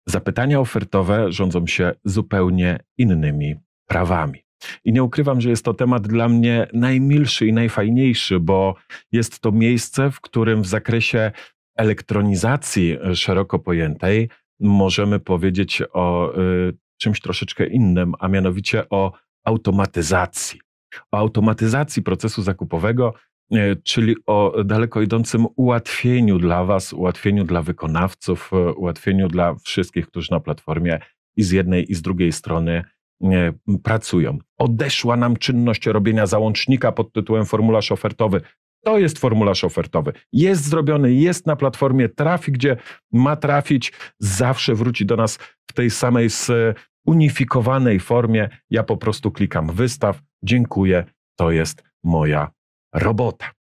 Zapytania ofertowe rządzą się zupełnie innymi prawami. I nie ukrywam, że jest to temat dla mnie najmilszy i najfajniejszy, bo jest to miejsce, w którym w zakresie elektronizacji szeroko pojętej możemy powiedzieć o czymś troszeczkę innym, a mianowicie o automatyzacji. O automatyzacji procesu zakupowego, czyli o daleko idącym ułatwieniu dla Was, ułatwieniu dla wykonawców, ułatwieniu dla wszystkich, którzy na platformie i z jednej i z drugiej strony pracują. Odeszła nam czynność robienia załącznika pod tytułem formularz ofertowy. To jest formularz ofertowy. Jest zrobiony, jest na platformie, trafi gdzie ma trafić, zawsze wróci do nas w tej samej unifikowanej formie. Ja po prostu klikam wystaw, dziękuję, to jest moja robota.